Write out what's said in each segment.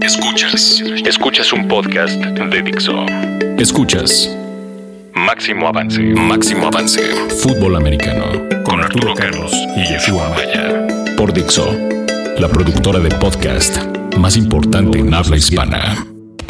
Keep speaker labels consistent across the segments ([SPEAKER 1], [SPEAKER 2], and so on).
[SPEAKER 1] Escuchas un podcast de Dixo. Escuchas Máximo Avance. Fútbol americano con Arturo Carlos y Yoshua Maya. Por Dixo, la productora de podcast más importante en habla hispana.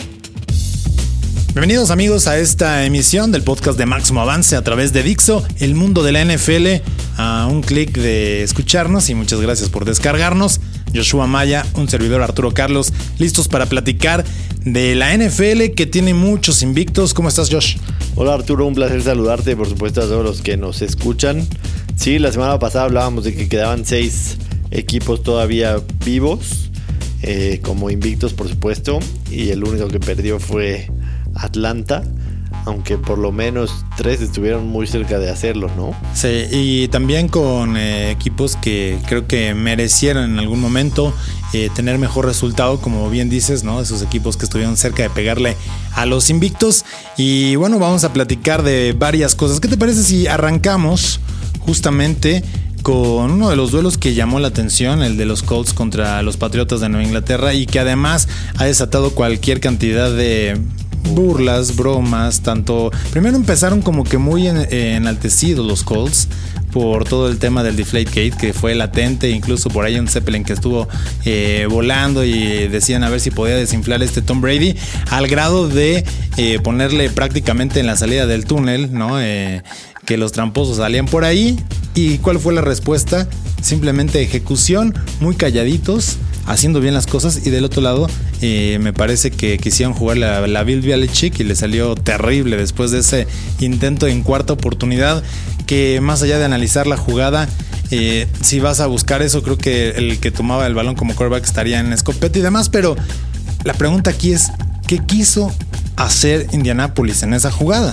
[SPEAKER 2] Bienvenidos amigos a esta emisión del podcast de Máximo Avance a través de Dixo, el mundo de la NFL, a un clic de escucharnos y muchas gracias por descargarnos. Yoshua Maya, un servidor Arturo Carlos, listos para platicar de la NFL que tiene muchos invictos. ¿Cómo estás, Josh?
[SPEAKER 3] Hola Arturo, un placer saludarte, por supuesto a todos los que nos escuchan. Sí, la semana pasada hablábamos de que quedaban 6 equipos todavía vivos, como invictos por supuesto, y el único que perdió fue Atlanta, aunque por lo menos 3 estuvieron muy cerca de hacerlo, ¿no?
[SPEAKER 2] Sí, y también con equipos que creo que merecieron en algún momento tener mejor resultado, como bien dices, ¿no? Esos equipos que estuvieron cerca de pegarle a los invictos. Y bueno, vamos a platicar de varias cosas. ¿Qué te parece si arrancamos justamente con uno de los duelos que llamó la atención, el de los Colts contra los Patriotas de Nueva Inglaterra, y que además ha desatado cualquier cantidad de burlas, bromas, tanto primero empezaron como que muy enaltecidos los Colts por todo el tema del Deflategate, que fue latente, incluso por ahí un Zeppelin que estuvo volando y decían a ver si podía desinflar Tom Brady, al grado de ponerle prácticamente en la salida del túnel, ¿no? Que los tramposos salían por ahí. ¿Y cuál fue la respuesta? Simplemente ejecución, muy calladitos, haciendo bien las cosas. Y del otro lado, me parece que quisieron jugar la Bill Belichick y le salió terrible después de ese intento en cuarta oportunidad, que más allá de analizar la jugada, si vas a buscar eso, creo que el que tomaba el balón como quarterback estaría en escopeta y demás. Pero la pregunta aquí es, ¿qué quiso hacer Indianapolis en esa jugada?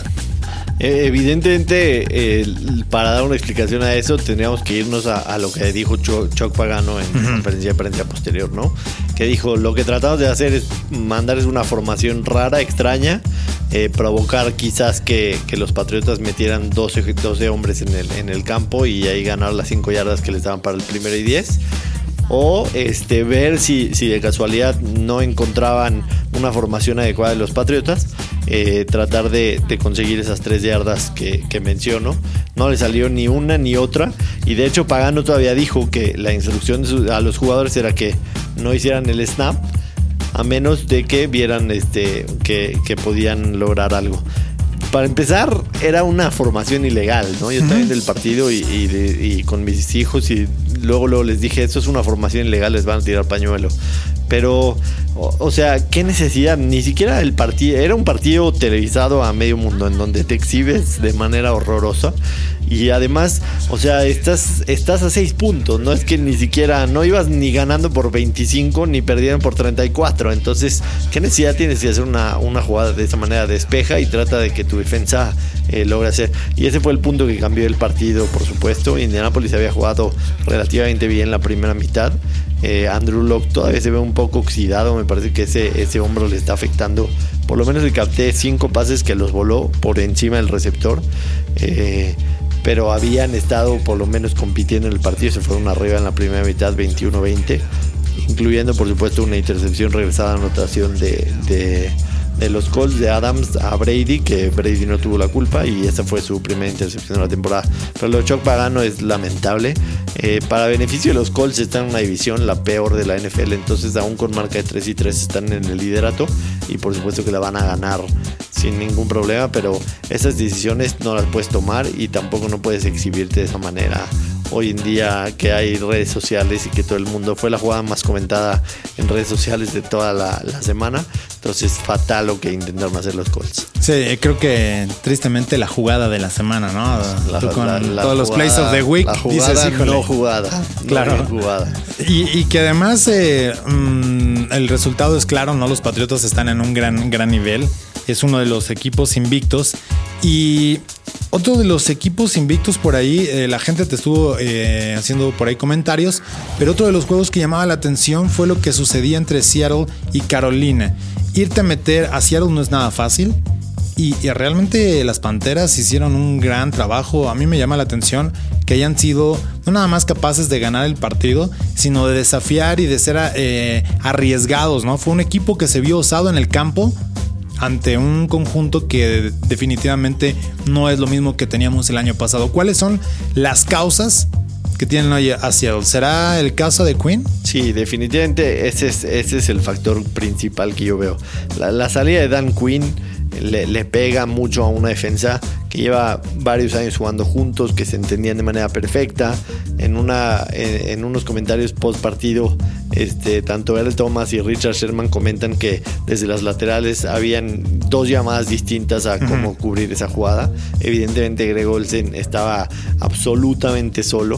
[SPEAKER 3] Evidentemente, para dar una explicación a eso, tendríamos que irnos a lo que dijo Chuck Pagano en conferencia de prensa posterior, ¿no? Que dijo, lo que tratamos de hacer es mandarles una formación rara, extraña, provocar quizás que los Patriotas metieran 12 hombres en el campo y ahí ganar las 5 yardas que les daban para el 1st y 10. O ver si de casualidad no encontraban una formación adecuada de los Patriotas, tratar de conseguir esas 3 yardas que menciono. No le salió ni una ni otra, y de hecho Pagano todavía dijo que la instrucción a los jugadores era que no hicieran el snap a menos de que vieran que podían lograr algo. Para empezar, era una formación ilegal, ¿no? Yo estaba viendo el partido y con mis hijos, y luego les dije, esto es una formación ilegal, les van a tirar pañuelo. Pero, o sea, ¿qué necesidad? Ni siquiera el partido, era un partido televisado a medio mundo en donde te exhibes de manera horrorosa. Y además, o sea, estás a 6 puntos. No es que ni siquiera, no ibas ni ganando por 25 ni perdiendo por 34. Entonces, ¿qué necesidad tienes de hacer una jugada de esa manera? Despeja y trata de que tu defensa logre hacer. Y ese fue el punto que cambió el partido, por supuesto. Indianapolis había jugado relativamente bien la primera mitad. Andrew Luck todavía se ve un poco oxidado. Me parece que ese hombro le está afectando. Por lo menos le capté 5 pases que los voló por encima del receptor. Pero habían estado por lo menos compitiendo en el partido. Se fueron arriba en la primera mitad 21-20, incluyendo por supuesto una intercepción regresada a anotación de los Colts de Adams a Brady, que Brady no tuvo la culpa, y esa fue su primera intercepción de la temporada. Pero lo de Chuck Pagano es lamentable. Para beneficio de los Colts, están en una división la peor de la NFL, entonces aún con marca de 3-3 están en el liderato, y por supuesto que la van a ganar sin ningún problema, pero esas decisiones no las puedes tomar y tampoco no puedes exhibirte de esa manera. Hoy en día que hay redes sociales y que todo el mundo, fue la jugada más comentada en redes sociales de toda la semana, entonces fatal lo que intentaron hacer los Colts.
[SPEAKER 2] Sí, creo que tristemente la jugada de la semana, ¿no? Tú con todos los plays of the week,
[SPEAKER 3] la jugada
[SPEAKER 2] dices, híjole,
[SPEAKER 3] no jugada,
[SPEAKER 2] claro,
[SPEAKER 3] no jugada.
[SPEAKER 2] Y que además el resultado es claro, ¿no? Los Patriotas están en un gran nivel. Es uno de los equipos invictos. Y otro de los equipos invictos por ahí, la gente te estuvo haciendo por ahí comentarios, pero otro de los juegos que llamaba la atención fue lo que sucedía entre Seattle y Carolina. Irte a meter a Seattle no es nada fácil. Y realmente las Panteras hicieron un gran trabajo. A mí me llama la atención que hayan sido no nada más capaces de ganar el partido, sino de desafiar y de ser arriesgados, ¿no? Fue un equipo que se vio osado en el campo ante un conjunto que definitivamente no es lo mismo que teníamos el año pasado. ¿Cuáles son las causas que tienen hoy a Seattle? ¿Será el caso de Quinn?
[SPEAKER 3] Sí, definitivamente ese es el factor principal que yo veo. La salida de Dan Quinn le pega mucho a una defensa que lleva varios años jugando juntos, que se entendían de manera perfecta. En unos comentarios post partido, tanto Earl Thomas y Richard Sherman comentan que desde las laterales habían 2 llamadas distintas a cómo cubrir esa jugada. Evidentemente Greg Olsen estaba absolutamente solo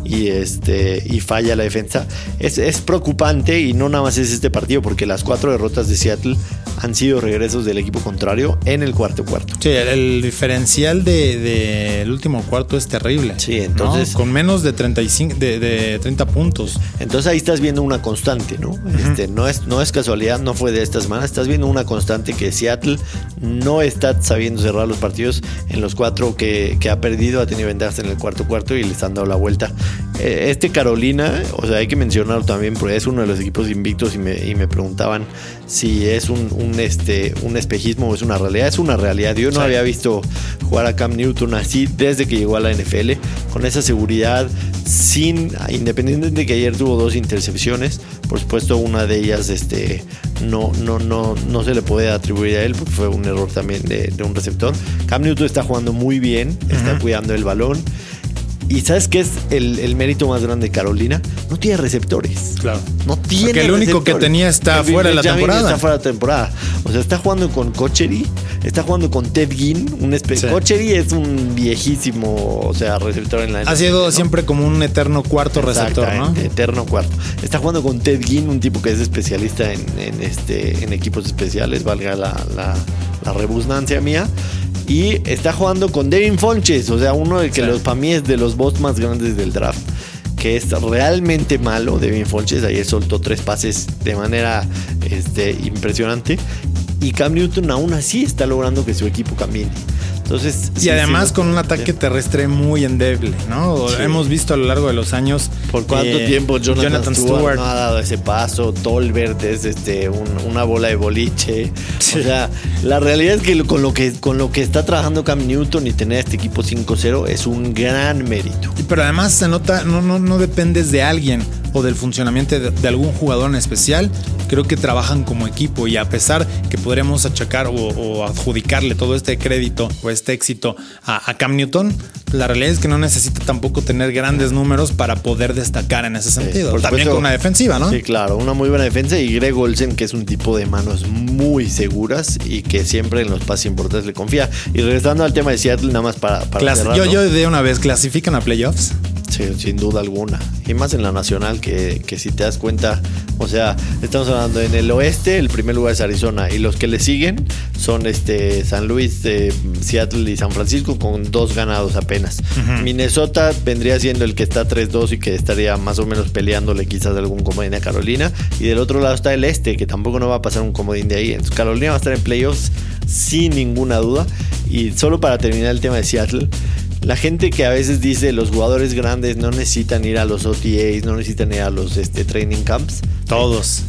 [SPEAKER 3] y falla la defensa. Es preocupante, y no nada más es este partido, porque las 4 derrotas de Seattle han sido regresos del equipo contrario en el cuarto.
[SPEAKER 2] Sí, el diferencial del último cuarto es terrible.
[SPEAKER 3] Sí, entonces,
[SPEAKER 2] ¿no? Con menos de 30 puntos.
[SPEAKER 3] Entonces ahí estás viendo una constante, ¿no? No es casualidad, no fue de esta semana. Estás viendo una constante que Seattle no está sabiendo cerrar los partidos. En los 4 que ha perdido, ha tenido ventajas en el cuarto y les han dado la vuelta. Carolina, o sea, hay que mencionarlo también porque es uno de los equipos invictos, y me preguntaban si es un espejismo o es una realidad. Es una realidad. Yo no había visto jugar a Cam Newton así desde que llegó a la NFL, con esa seguridad, independientemente de que ayer tuvo 2 intercepciones. Por supuesto, una de ellas no se le puede atribuir a él porque fue un error también de un receptor. Cam Newton está jugando muy bien, está cuidando el balón. ¿Y sabes qué es el mérito más grande de Carolina? No tiene receptores.
[SPEAKER 2] Claro.
[SPEAKER 3] No tiene
[SPEAKER 2] porque el único que tenía está fuera de la temporada.
[SPEAKER 3] Está fuera de la temporada. O sea, está jugando con Cochery, está jugando con Ted Ginn. Cochery es un viejísimo, o sea, receptor en la NFL.
[SPEAKER 2] Ha sido siempre como un eterno cuarto receptor, ¿no?
[SPEAKER 3] Eterno cuarto. Está jugando con Ted Ginn, un tipo que es especialista en equipos especiales, valga la redundancia mía. Y está jugando con Devin Funchess, o sea, uno de que para mí es de los boss más grandes del draft, que es realmente malo. Devin Funchess ayer soltó 3 pases de manera impresionante, y Cam Newton aún así está logrando que su equipo camine. Entonces,
[SPEAKER 2] y además con un ataque terrestre muy endeble, ¿no? Sí. Hemos visto a lo largo de los años.
[SPEAKER 3] ¿Por cuánto tiempo Jonathan Stewart no ha dado ese paso? Tolbert es una bola de boliche. Sí. O sea, la realidad es que con lo que está trabajando Cam Newton y tener este equipo 5-0 es un gran mérito.
[SPEAKER 2] Pero además se nota, no dependes de alguien o del funcionamiento de algún jugador en especial. Creo que trabajan como equipo, y a pesar que podremos achacar o adjudicarle todo este crédito o este éxito a Cam Newton, la realidad es que no necesita tampoco tener grandes números para poder destacar en ese sentido. También supuesto, con una defensiva, ¿no?
[SPEAKER 3] Sí, claro, una muy buena defensa, y Greg Olsen, que es un tipo de manos muy seguras y que siempre en los pases importantes le confía. Y regresando al tema de Seattle, nada más para cerrarlo.
[SPEAKER 2] Yo de una vez, ¿clasifican a playoffs?
[SPEAKER 3] Sí, sin duda alguna. Y más en la nacional, que si te das cuenta, o sea, estamos hablando en el oeste, el primer lugar es Arizona, y los que le siguen son San Luis, Seattle y San Francisco, con 2 ganados apenas. Minnesota vendría siendo el que está 3-2 y que estaría más o menos peleándole quizás algún comodín a Carolina. Y del otro lado está el este, que tampoco no va a pasar un comodín de ahí. Entonces Carolina va a estar en playoffs sin ninguna duda. Y solo para terminar el tema de Seattle, la gente que a veces dice los jugadores grandes no necesitan ir a los OTAs, no necesitan ir a los training camps.
[SPEAKER 2] Todos.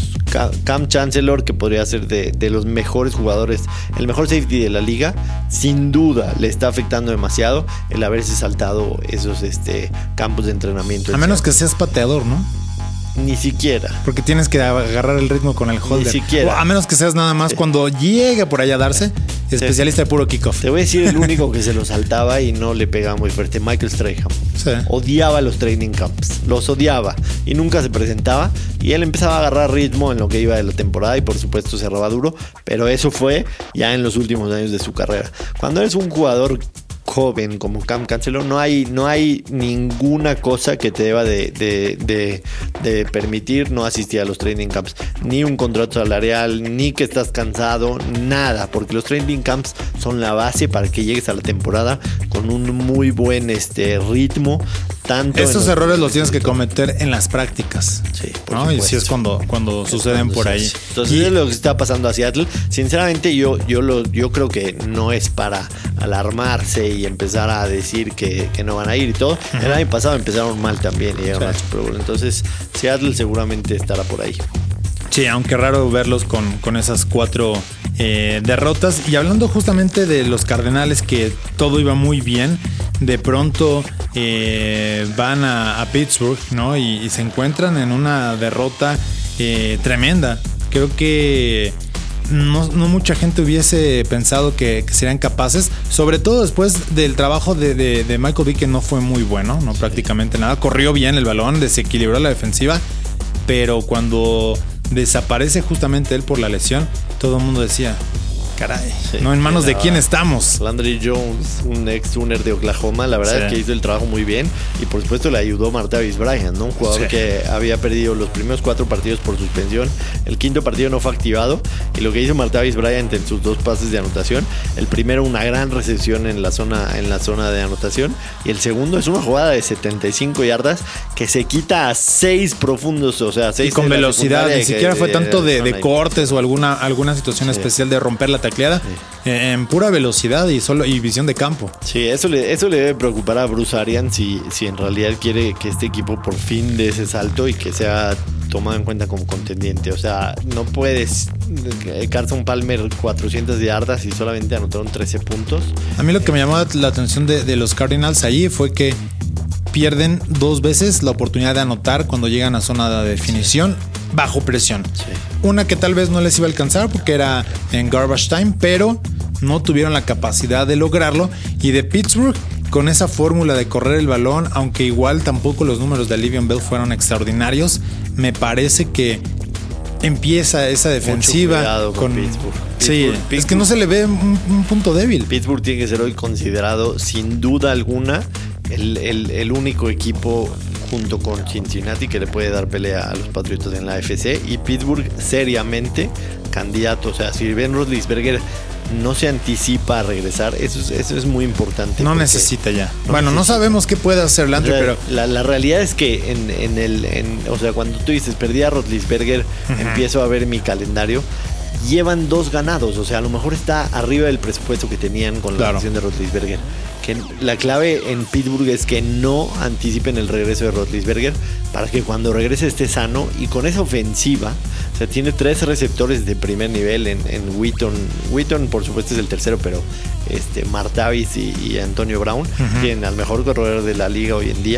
[SPEAKER 3] Cam Chancellor, que podría ser de los mejores jugadores, el mejor safety de la liga, sin duda le está afectando demasiado el haberse saltado esos campos de entrenamiento.
[SPEAKER 2] A menos que seas pateador, ¿no?
[SPEAKER 3] Ni siquiera.
[SPEAKER 2] Porque tienes que agarrar el ritmo con el holder.
[SPEAKER 3] Ni siquiera.
[SPEAKER 2] O a menos que seas nada más cuando llega por allá a darse, especialista de puro kickoff.
[SPEAKER 3] Te voy a decir el único que se lo saltaba y no le pegaba muy fuerte, Michael Strahan.
[SPEAKER 2] Sí.
[SPEAKER 3] Odiaba los training camps, los odiaba y nunca se presentaba, y él empezaba a agarrar ritmo en lo que iba de la temporada y por supuesto cerraba duro, pero eso fue ya en los últimos años de su carrera. Cuando eres un jugador joven como Cam Chancellor, no hay ninguna cosa que te deba de permitir no asistir a los training camps, ni un contrato salarial, ni que estás cansado, nada, porque los training camps son la base para que llegues a la temporada con un muy buen ritmo, tanto.
[SPEAKER 2] Estos errores los tienes que cometer en las prácticas.
[SPEAKER 3] Sí,
[SPEAKER 2] ¿no? Y sí es cuando suceden por ahí.
[SPEAKER 3] Entonces, es lo que está pasando a Seattle. Sinceramente, yo creo que no es para alarmarse y empezar a decir que no van a ir y todo. El año pasado empezaron mal también y llegaron al Super Bowl. Entonces, Seattle seguramente estará por ahí.
[SPEAKER 2] Sí, aunque raro verlos con esas 4 derrotas. Y hablando justamente de los Cardenales, que todo iba muy bien, de pronto van a Pittsburgh, ¿no? Y se encuentran en una derrota tremenda. Creo que no mucha gente hubiese pensado que serían capaces, sobre todo después del trabajo de Michael Vick, que no fue muy bueno, no prácticamente nada. Corrió bien el balón, desequilibró la defensiva, pero cuando desaparece justamente él por la lesión, todo el mundo decía, caray, ¿no? ¿En manos de quién estamos?
[SPEAKER 3] Landry Jones, un ex Sooner de Oklahoma, la verdad es que hizo el trabajo muy bien y por supuesto le ayudó Martavis Bryant, ¿no? Un jugador que había perdido los primeros 4 partidos por suspensión. El 5º partido no fue activado y lo que hizo Martavis Bryant en sus 2 pases de anotación, el primero una gran recepción en la zona de anotación y el segundo es una jugada de 75 yardas que se quita a 6 profundos, o sea, 6
[SPEAKER 2] y con velocidad, ni siquiera fue tanto de cortes o alguna situación especial de romper la tacleada, en pura velocidad y visión de campo.
[SPEAKER 3] Sí, eso le debe preocupar a Bruce Arians si en realidad quiere que este equipo por fin dé ese salto y que sea tomado en cuenta como contendiente. O sea, no puedes Carson Palmer 400 yardas y solamente anotaron 13 puntos.
[SPEAKER 2] A mí lo que me llamó la atención de los Cardinals allí fue que pierden 2 veces la oportunidad de anotar cuando llegan a zona de definición bajo presión. Sí. Una que tal vez no les iba a alcanzar porque era en garbage time, pero no tuvieron la capacidad de lograrlo. Y de Pittsburgh, con esa fórmula de correr el balón, aunque igual tampoco los números de Le'Veon Bell fueron extraordinarios, me parece que empieza esa defensiva
[SPEAKER 3] con Pittsburgh.
[SPEAKER 2] Sí, es que no se le ve un punto débil.
[SPEAKER 3] Pittsburgh tiene que ser hoy considerado sin duda alguna el único equipo junto con Cincinnati que le puede dar pelea a los Patriotas en la AFC, y Pittsburgh seriamente candidato. O sea, si Ben Roethlisberger no se anticipa a regresar, eso es muy importante.
[SPEAKER 2] No necesita ya. No sabemos qué puede hacer Landry, pero
[SPEAKER 3] la realidad es que o sea, cuando tú dices perdí a Roethlisberger, empiezo a ver mi calendario. Llevan 2 ganados, o sea, a lo mejor está arriba del presupuesto que tenían con la lesión de Roethlisberger. Que la clave en Pittsburgh es que no anticipen el regreso de Roethlisberger para que cuando regrese esté sano, y con esa ofensiva, o sea, tiene 3 receptores de primer nivel en Wheaton. Wheaton, por supuesto, es el tercero, pero Martavis y Antonio Brown tienen al mejor corredor de la liga hoy en día.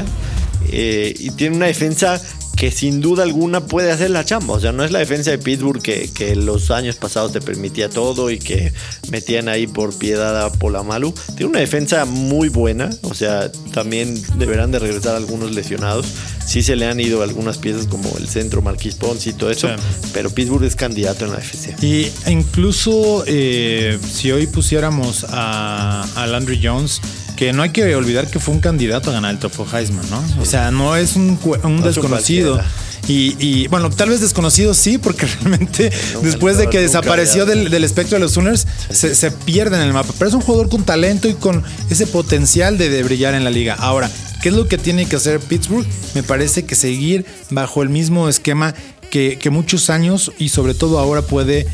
[SPEAKER 3] Y tiene una defensa que sin duda alguna puede hacer la chamba. O sea, no es la defensa de Pittsburgh que los años pasados te permitía todo y que metían ahí por piedad a Polamalu. Tiene una defensa muy buena. O sea, también deberán de regresar algunos lesionados. Sí se le han ido algunas piezas como el centro, Marquise Ponce y todo eso. Sí. Pero Pittsburgh es candidato en la AFC.
[SPEAKER 2] Y incluso si hoy pusiéramos a Landry Jones, que no hay que olvidar que fue un candidato a ganar el trofeo Heisman, ¿no? Sí. O sea, no es un desconocido. Y bueno, tal vez desconocido sí, porque realmente después de que desapareció del espectro de los Sooners, se pierde en el mapa. Pero es un jugador con talento y con ese potencial de brillar en la liga. Ahora, ¿qué es lo que tiene que hacer Pittsburgh? Me parece que seguir bajo el mismo esquema que muchos años y sobre todo ahora puede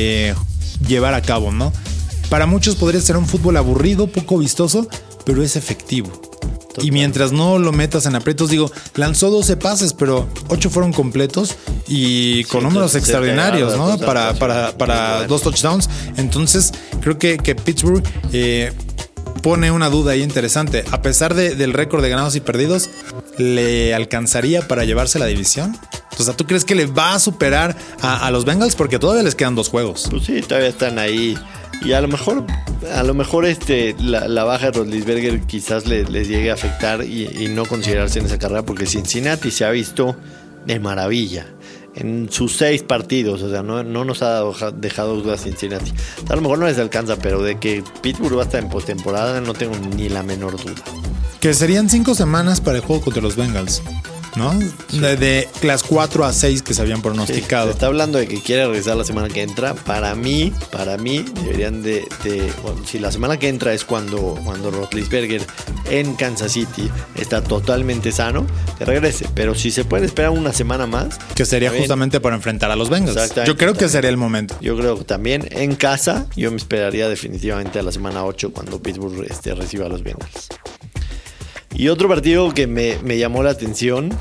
[SPEAKER 2] llevar a cabo, ¿no? Para muchos podría ser un fútbol aburrido, poco vistoso, pero es efectivo. Total. Y mientras no lo metas en aprietos, lanzó 12 pases, pero 8 fueron completos y con números extraordinarios, ¿no? Para 2 touchdowns. Entonces, creo que Pittsburgh pone una duda ahí interesante. A pesar del récord de ganados y perdidos, ¿le alcanzaría para llevarse la división? O sea, ¿tú crees que le va a superar a los Bengals? Porque todavía les quedan 2 juegos.
[SPEAKER 3] Pues sí, todavía están ahí. Y a lo mejor la baja de Roethlisberger quizás les llegue a afectar y no considerarse en esa carrera, porque Cincinnati se ha visto de maravilla en sus 6 partidos. O sea, no nos ha dejado dudas Cincinnati. A lo mejor no les alcanza, pero de que Pittsburgh va a estar en postemporada no tengo ni la menor duda.
[SPEAKER 2] Que serían 5 semanas para el juego contra los Bengals. ¿no? De las 4 a 6 que se habían pronosticado.
[SPEAKER 3] Se está hablando de que quiere regresar la semana que entra. Para mí deberían bueno, si la semana que entra es cuando Roethlisberger en Kansas City está totalmente sano, que regrese. Pero si se puede esperar una semana más,
[SPEAKER 2] que sería justamente para enfrentar a los Bengals. Yo creo que sería el momento.
[SPEAKER 3] Yo creo que también en casa, yo me esperaría definitivamente a la semana 8 cuando Pittsburgh reciba a los Bengals. Y otro partido que me llamó la atención,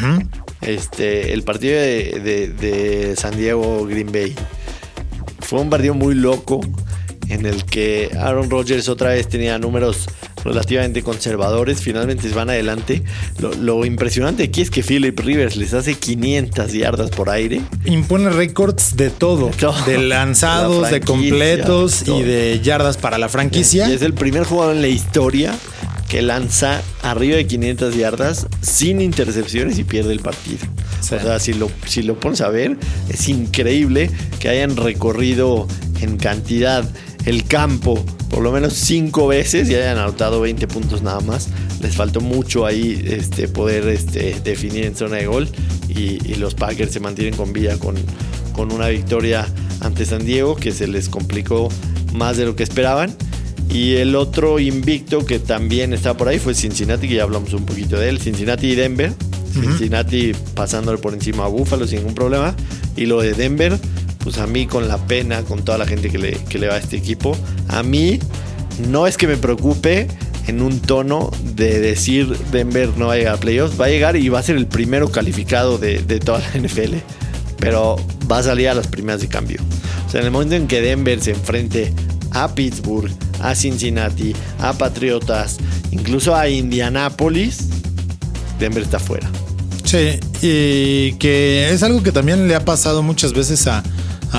[SPEAKER 3] el partido de San Diego Green Bay. Fue un partido muy loco en el que Aaron Rodgers otra vez tenía números relativamente conservadores. Finalmente se van adelante. Lo impresionante aquí es que Philip Rivers les hace 500 yardas por aire.
[SPEAKER 2] Impone récords de todo. De lanzados, de completos y de yardas para la franquicia.
[SPEAKER 3] Y es el primer jugador en la historia que lanza arriba de 500 yardas sin intercepciones y pierde el partido. Sí. O sea, si lo pones a ver, es increíble que hayan recorrido en cantidad el campo por lo menos 5 veces y hayan anotado 20 puntos nada más. Les faltó mucho ahí poder definir en zona de gol y los Packers se mantienen con vida con una victoria ante San Diego que se les complicó más de lo que esperaban. Y el otro invicto que también está por ahí fue Cincinnati, que ya hablamos un poquito de él. Cincinnati y Denver. Cincinnati pasándole por encima a Buffalo sin ningún problema. Y lo de Denver, pues a mí con la pena, con toda la gente que le va a este equipo, a mí no es que me preocupe en un tono de decir Denver no va a llegar a playoffs. Va a llegar y va a ser el primero calificado de toda la NFL. Pero va a salir a las primeras de cambio. O sea, en el momento en que Denver se enfrente a Pittsburgh, a Cincinnati, a Patriotas, incluso a Indianapolis, Denver está fuera.
[SPEAKER 2] Sí, y que es algo que también le ha pasado muchas veces a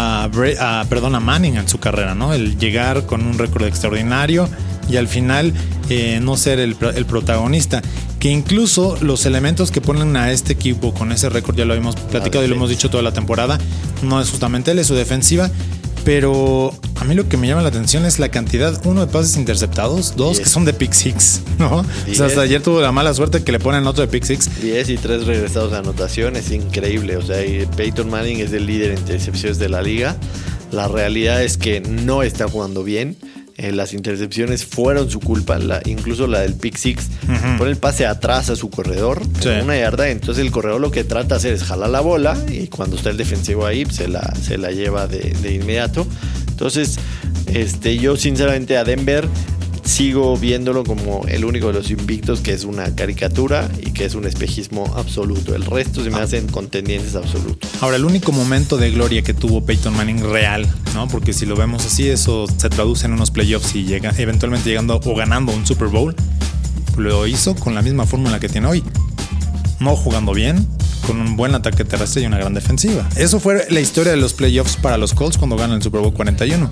[SPEAKER 2] Manning en su carrera, ¿no? El llegar con un récord extraordinario y al final no ser el protagonista. Que incluso los elementos que ponen a este equipo con ese récord, ya lo habíamos platicado y lo hemos dicho toda la temporada, no es justamente él, es su defensiva. Pero a mí lo que me llama la atención es la cantidad, 1, de pases interceptados, 2 que son de pick six, ¿no? 10. O sea, hasta ayer tuvo la mala suerte que le ponen otro de pick six.
[SPEAKER 3] 10 y 3 regresados a anotación, es increíble. O sea, Peyton Manning es el líder en intercepciones de la liga. La realidad es que no está jugando bien. Las intercepciones fueron su culpa, incluso la del pick six. Pone el pase atrás a su corredor, en 1 yarda. Entonces el corredor lo que trata de hacer es jalar la bola y cuando está el defensivo ahí se la lleva de inmediato. Entonces yo sinceramente a Denver sigo viéndolo como el único de los invictos que es una caricatura y que es un espejismo absoluto. El resto se me hacen contendientes absolutos.
[SPEAKER 2] Ahora, el único momento de gloria que tuvo Peyton Manning real, ¿no? Porque si lo vemos así, eso se traduce en unos playoffs y eventualmente llegando o ganando un Super Bowl. Lo hizo con la misma fórmula que tiene hoy. No jugando bien, con un buen ataque terrestre y una gran defensiva. Eso fue la historia de los playoffs para los Colts cuando ganan el Super Bowl 41.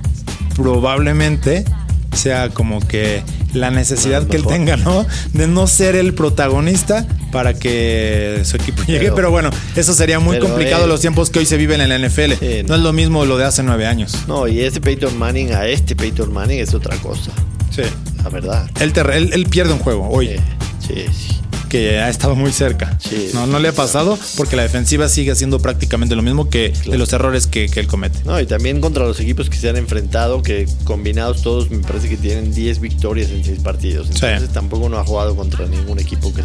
[SPEAKER 2] Probablemente sea como que la necesidad que él tenga, ¿no? De no ser el protagonista para que su equipo llegue. Pero bueno, eso sería muy complicado los tiempos que hoy se viven en la NFL. No es lo mismo lo de hace 9 años.
[SPEAKER 3] No, y Peyton Manning es otra cosa.
[SPEAKER 2] Sí.
[SPEAKER 3] La verdad.
[SPEAKER 2] Él pierde un juego hoy.
[SPEAKER 3] Sí.
[SPEAKER 2] Que ha estado muy cerca.
[SPEAKER 3] Sí,
[SPEAKER 2] no le ha pasado porque la defensiva sigue haciendo prácticamente lo mismo que de los errores que él comete.
[SPEAKER 3] No, y también contra los equipos que se han enfrentado, que combinados todos me parece que tienen 10 victorias en 6 partidos. Entonces tampoco no ha jugado contra ningún equipo que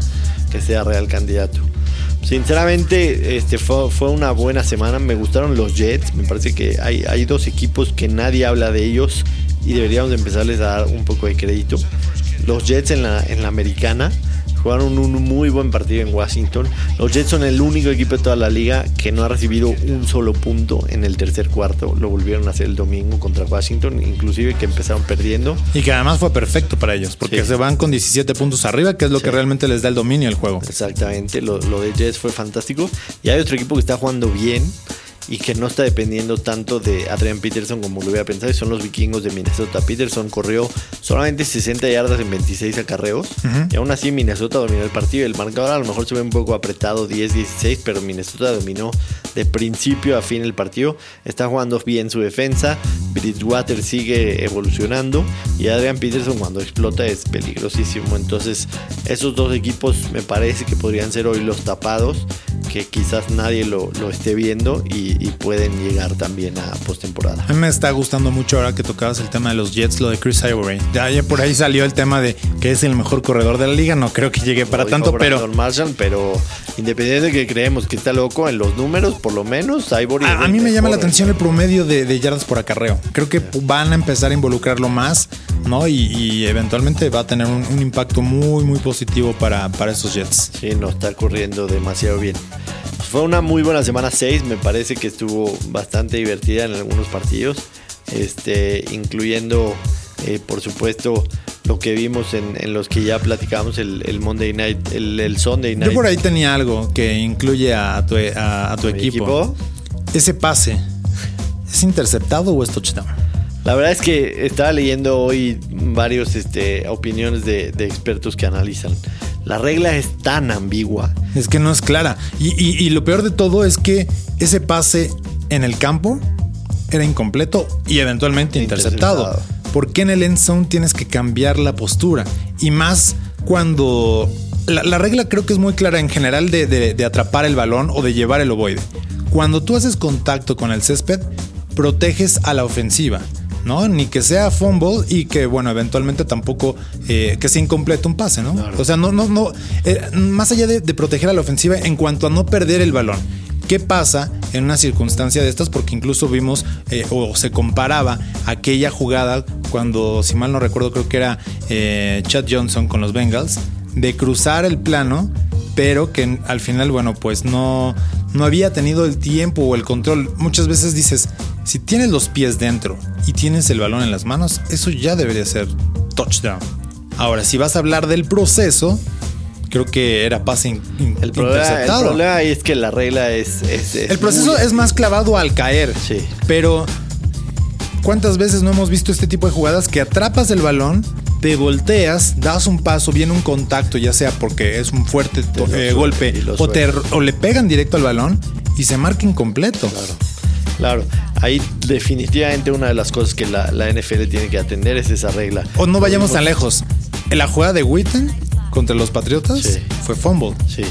[SPEAKER 3] sea real candidato. Sinceramente, fue una buena semana. Me gustaron los Jets. Me parece que hay 2 equipos que nadie habla de ellos y deberíamos empezarles a dar un poco de crédito. Los Jets en la americana jugaron un muy buen partido en Washington. Los Jets son el único equipo de toda la liga que no ha recibido un solo punto en el tercer cuarto. Lo volvieron a hacer el domingo contra Washington, inclusive que empezaron perdiendo.
[SPEAKER 2] Y que además fue perfecto para ellos, porque se van con 17 puntos arriba, que es lo que realmente les da el dominio al juego.
[SPEAKER 3] Exactamente, lo de Jets fue fantástico. Y hay otro equipo que está jugando bien y que no está dependiendo tanto de Adrian Peterson como lo hubiera pensado, y son los vikingos de Minnesota. Peterson corrió solamente 60 yardas en 26 acarreos, y aún así Minnesota dominó el partido. El marcador a lo mejor se ve un poco apretado, 10-16, pero Minnesota dominó de principio a fin el partido. Está jugando bien su defensa, Bridgewater sigue evolucionando, y Adrian Peterson cuando explota es peligrosísimo. Entonces esos dos equipos me parece que podrían ser hoy los tapados, que quizás nadie lo esté viendo y pueden llegar también a postemporada.
[SPEAKER 2] A mí me está gustando mucho ahora que tocabas el tema de los Jets, lo de Chris Ivory. Ya por ahí salió el tema de que es el mejor corredor de la liga. No creo que llegue para tanto, pero
[SPEAKER 3] Marshall, pero independiente de que creemos que está loco en los números, por lo menos Ivory.
[SPEAKER 2] A mí me llama la atención el promedio de yardas por acarreo. Creo que van a empezar a involucrarlo más, ¿no? Y eventualmente va a tener un impacto muy, muy positivo para esos Jets.
[SPEAKER 3] Sí, no está corriendo demasiado bien. Fue una muy buena semana 6, me parece que estuvo bastante divertida en algunos partidos, incluyendo por supuesto lo que vimos en los que ya platicamos el Monday Night, el Sunday Night.
[SPEAKER 2] Yo por ahí tenía algo que incluye a tu equipo. Ese pase, ¿es interceptado o es touchdown?
[SPEAKER 3] La verdad es que estaba leyendo hoy varios opiniones de expertos que analizan. La regla es tan ambigua.
[SPEAKER 2] Es que no es clara. Y lo peor de todo es que ese pase en el campo era incompleto y eventualmente interceptado. ¿Por qué en el end zone tienes que cambiar la postura? Y más cuando... La regla creo que es muy clara en general de atrapar el balón o de llevar el ovoide. Cuando tú haces contacto con el césped, proteges a la ofensiva, ¿no? Ni que sea fumble y que, bueno, eventualmente tampoco que sea incompleto un pase, ¿no? Claro. O sea, no más allá de proteger a la ofensiva en cuanto a no perder el balón. ¿Qué pasa en una circunstancia de estas? Porque incluso vimos o se comparaba aquella jugada cuando, si mal no recuerdo, creo que era Chad Johnson con los Bengals, de cruzar el plano, pero que al final, bueno, pues no había tenido el tiempo o el control. Muchas veces dices, si tienes los pies dentro y tienes el balón en las manos, eso ya debería ser touchdown. Ahora, si vas a hablar del proceso, creo que era pase interceptado.
[SPEAKER 3] El problema ahí es que la regla es
[SPEAKER 2] el proceso es más clavado al caer.
[SPEAKER 3] Sí.
[SPEAKER 2] Pero ¿cuántas veces no hemos visto este tipo de jugadas que atrapas el balón, te volteas, das un paso, viene un contacto, ya sea porque es un fuerte golpe o le pegan directo al balón y se marca incompleto?
[SPEAKER 3] Claro. Ahí definitivamente una de las cosas que la NFL tiene que atender es esa regla.
[SPEAKER 2] O no vayamos tan lejos. En la jugada de Witten contra los Patriotas fue fumble.
[SPEAKER 3] Sí.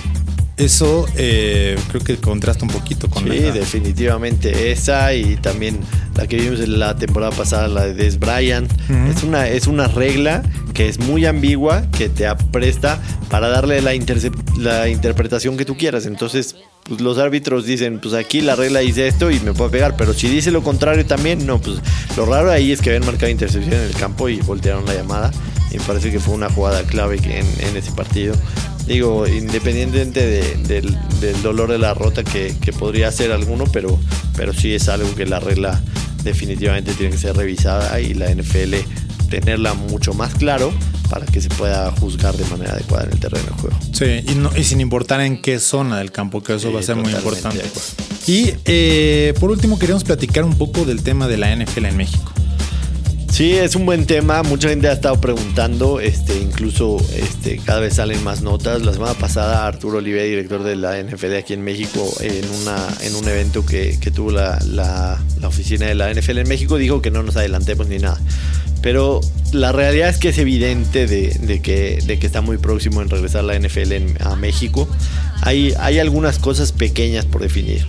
[SPEAKER 2] Eso creo que contrasta un poquito con
[SPEAKER 3] definitivamente esa, y también la que vimos en la temporada pasada, la de Dez Bryant. Es una regla que es muy ambigua, que te presta para darle la interpretación que tú quieras. Entonces, pues los árbitros dicen, pues aquí la regla dice esto y me puede pegar, pero si dice lo contrario también, no, pues lo raro ahí es que habían marcado intercepción en el campo y voltearon la llamada, y me parece que fue una jugada clave en ese partido. Digo, independientemente del dolor de la rota que podría hacer alguno, pero sí es algo que la regla definitivamente tiene que ser revisada, y la NFL tenerla mucho más claro para que se pueda juzgar de manera adecuada en el terreno de juego.
[SPEAKER 2] Sí, y sin importar en qué zona del campo, que eso va a ser muy importante. Y por último queríamos platicar un poco del tema de la NFL en México.
[SPEAKER 3] Sí, es un buen tema. Mucha gente ha estado preguntando, incluso cada vez salen más notas. La semana pasada Arturo Oliveira, director de la NFL aquí en México, en un evento que tuvo la oficina de la NFL en México, dijo que no nos adelantemos ni nada. Pero la realidad es que es evidente de que está muy próximo en regresar la NFL a México. Hay algunas cosas pequeñas por definir,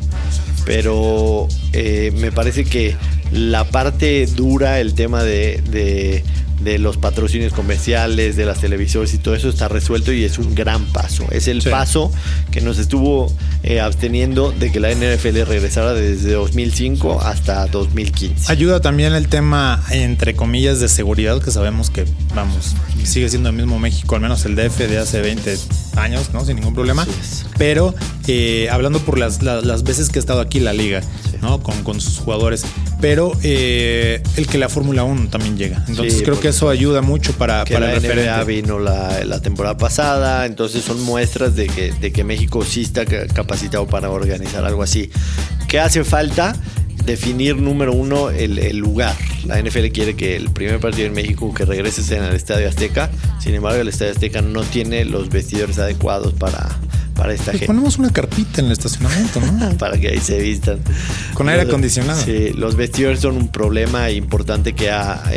[SPEAKER 3] pero me parece que la parte dura, el tema de los patrocinios comerciales, de las televisoras y todo eso está resuelto, y es un gran paso. Es el paso que nos estuvo absteniendo de que la NFL regresara desde 2005 hasta 2015.
[SPEAKER 2] Ayuda también el tema, entre comillas, de seguridad, que sabemos que, vamos, sigue siendo el mismo México, al menos el DF de hace 20 años, ¿no? Sin ningún problema. Sí. Pero hablando por las veces que ha estado aquí la liga, ¿no? Con sus jugadores. Pero el que la Fórmula 1 también llega. Entonces creo que eso ayuda mucho para el referente.
[SPEAKER 3] NBA vino la temporada pasada, entonces son muestras de que México sí está capacitado para organizar algo así. ¿Qué hace falta? Definir, número uno, el lugar. La NFL quiere que el primer partido en México que regreses en el Estadio Azteca. Sin embargo, el Estadio Azteca no tiene los vestidores adecuados para esta gente.
[SPEAKER 2] Ponemos una carpita en el estacionamiento, ¿no?
[SPEAKER 3] Para que ahí se vistan.
[SPEAKER 2] Con aire acondicionado.
[SPEAKER 3] Sí, los vestidores son un problema importante que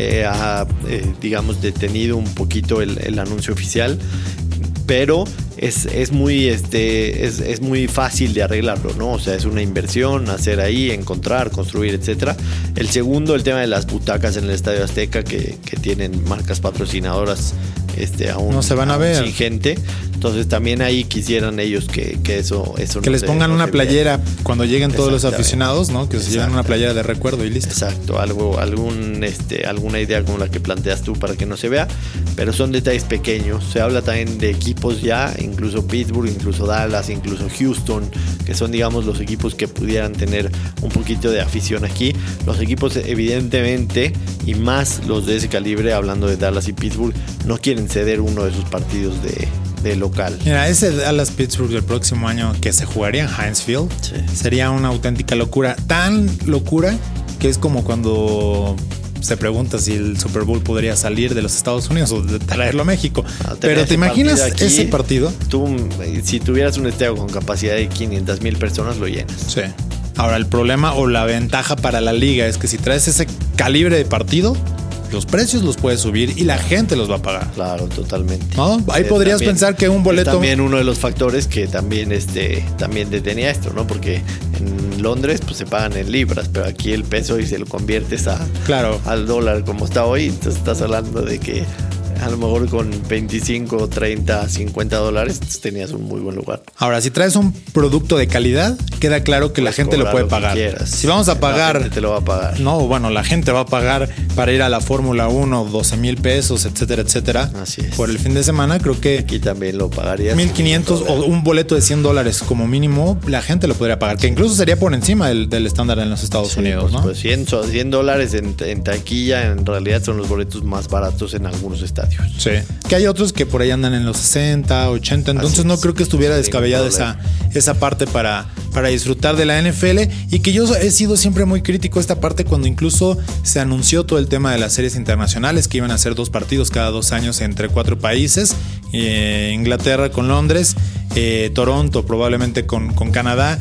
[SPEAKER 3] digamos, detenido un poquito el anuncio oficial. Pero es muy fácil de arreglarlo, ¿no? O sea, es una inversión hacer ahí, encontrar, construir, etcétera. El segundo, el tema de las butacas en el Estadio Azteca que tienen marcas patrocinadoras aún
[SPEAKER 2] no se van a ver
[SPEAKER 3] sin gente. Entonces también ahí quisieran ellos que eso
[SPEAKER 2] que les pongan una playera cuando lleguen todos los aficionados, ¿no? Que se lleven una playera de recuerdo y listo.
[SPEAKER 3] Exacto, alguna idea como la que planteas tú para que no se vea, pero son detalles pequeños. Se habla también de equipos ya, incluso Pittsburgh, incluso Dallas, incluso Houston, que son, digamos, los equipos que pudieran tener un poquito de afición aquí. Los equipos, evidentemente, y más los de ese calibre, hablando de Dallas y Pittsburgh, no quieren ceder uno de sus partidos de local.
[SPEAKER 2] Mira, ese Dallas-Pittsburgh del próximo año que se jugaría en Heinz Field, sí, sería una auténtica locura. Tan locura que es como cuando se pregunta si el Super Bowl podría salir de los Estados Unidos o de traerlo a México. Pero ¿te imaginas aquí, ese partido?
[SPEAKER 3] Tú, si tuvieras un estadio con capacidad de 500,000 personas, lo llenas.
[SPEAKER 2] Sí. Ahora, el problema o la ventaja para la liga es que si traes ese calibre de partido, los precios los puedes subir y la gente los va a pagar.
[SPEAKER 3] Claro, totalmente.
[SPEAKER 2] ¿No? Ahí podrías pensar que un boleto...
[SPEAKER 3] Es también uno de los factores que también detenía esto, ¿no? Porque en Londres pues se pagan en libras, pero aquí el peso y se lo conviertes al dólar como está hoy. Entonces estás hablando de que a lo mejor con 25, 30, 50 dólares tenías un muy buen lugar.
[SPEAKER 2] Ahora, si traes un producto de calidad, queda claro que la gente lo puede pagar. Si vamos a pagar...
[SPEAKER 3] La gente te lo va a pagar.
[SPEAKER 2] No, bueno, la gente va a pagar para ir a la Fórmula 1 $12,000 pesos, etcétera, etcétera.
[SPEAKER 3] Así es.
[SPEAKER 2] Por el fin de semana, creo que...
[SPEAKER 3] Aquí también lo pagarías.
[SPEAKER 2] 1,500 o un boleto de $100 como mínimo, la gente lo podría pagar. Que incluso sería por encima del estándar en los Estados Unidos, ¿no?
[SPEAKER 3] Pues $100 en taquilla, en realidad son los boletos más baratos en algunos estadios.
[SPEAKER 2] Sí. Que hay otros que por ahí andan en los 60, 80. Entonces no creo que estuviera descabellada esa parte para disfrutar de la NFL. Y que yo he sido siempre muy crítico a esta parte cuando incluso se anunció todo el tema de las series internacionales, que iban a ser 2 partidos cada 2 años entre 4 países. Inglaterra con Londres, Toronto probablemente con Canadá,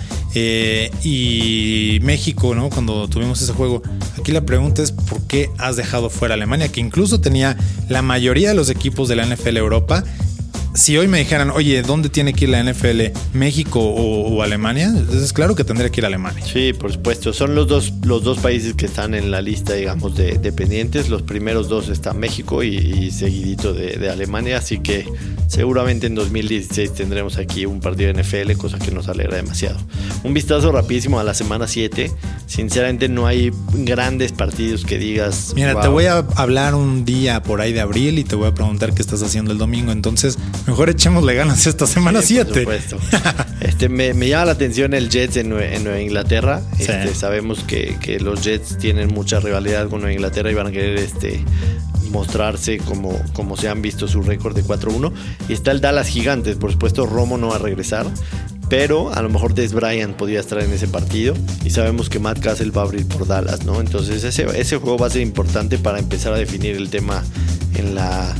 [SPEAKER 2] y México, ¿no? Cuando tuvimos ese juego. Aquí la pregunta es ¿por qué has dejado fuera a Alemania? Que incluso tenía la mayoría de los equipos de la NFL Europa. Si hoy me dijeran, oye, ¿dónde tiene que ir la NFL? ¿México o Alemania? Entonces claro que tendría que ir a Alemania.
[SPEAKER 3] Sí, por supuesto. Son los dos países que están en la lista, digamos, de pendientes. Los primeros 2 están México y seguidito de Alemania. Así que seguramente en 2016 tendremos aquí un partido de NFL, cosa que nos alegra demasiado. Un vistazo rapidísimo a la semana 7. Sinceramente no hay grandes partidos que digas...
[SPEAKER 2] Mira, wow. Te voy a hablar un día por ahí de abril y te voy a preguntar qué estás haciendo el domingo. Entonces... mejor echémosle ganas esta semana 7.
[SPEAKER 3] Por supuesto. Me llama la atención el Jets en Nueva Inglaterra. Sí. Sabemos que los Jets tienen mucha rivalidad con Nueva Inglaterra y van a querer mostrarse como se han visto su récord de 4-1. Y está el Dallas Gigantes. Por supuesto, Romo no va a regresar, pero a lo mejor Dez Bryant podría estar en ese partido. Y sabemos que Matt Cassel va a abrir por Dallas, ¿no? Entonces ese juego va a ser importante para empezar a definir el tema en la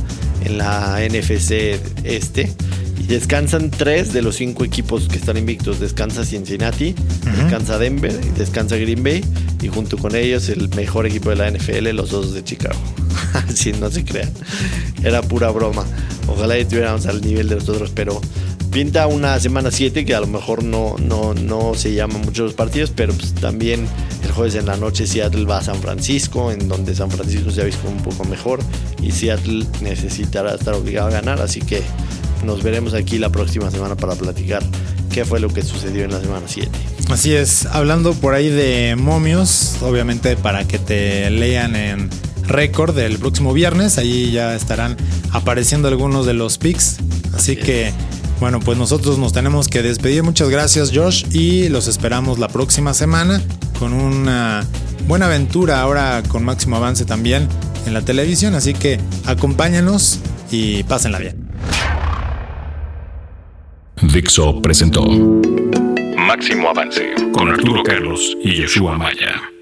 [SPEAKER 3] NFC y descansan 3 de los 5 equipos que están invictos. Descansa Cincinnati, descansa Denver y descansa Green Bay, y junto con ellos el mejor equipo de la NFL, los Osos de Chicago. Si no se crean, era pura broma. Ojalá estuviéramos al nivel de nosotros, pero pinta una semana 7 que a lo mejor no se llaman mucho los partidos, pero pues también el jueves en la noche Seattle va a San Francisco, en donde San Francisco se ha visto un poco mejor y Seattle necesitará estar obligado a ganar, así que nos veremos aquí la próxima semana para platicar qué fue lo que sucedió en la semana 7.
[SPEAKER 2] Así es, hablando por ahí de momios, obviamente para que te lean en récord del próximo viernes, ahí ya estarán apareciendo algunos de los picks, así que bueno, pues nosotros nos tenemos que despedir. Muchas gracias, Josh, y los esperamos la próxima semana con una buena aventura ahora con Máximo Avance también en la televisión, así que acompáñanos y pásenla bien.
[SPEAKER 1] Dixo presentó Máximo Avance con Arturo Carlos y Yeshua Maya.